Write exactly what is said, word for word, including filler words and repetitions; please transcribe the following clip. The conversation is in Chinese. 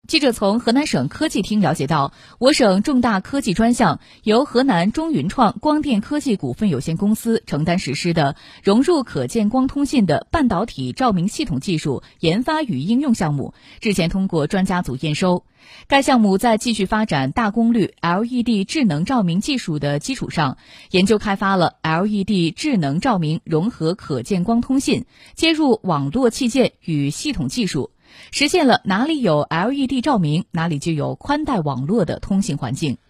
记者从河南省科技厅了解到，我省重大科技专项由河南中云创光电科技股份有限公司承担实施的融入可见光通信的半导体照明系统技术研发与应用项目，日前通过专家组验收。该项目在继续发展大功率 L E D 智能照明技术的基础上，研究开发了 L E D 智能照明融合可见光通信，接入网络器件与系统技术，实现了哪里有 L E D 照明，哪里就有宽带网络的通信环境。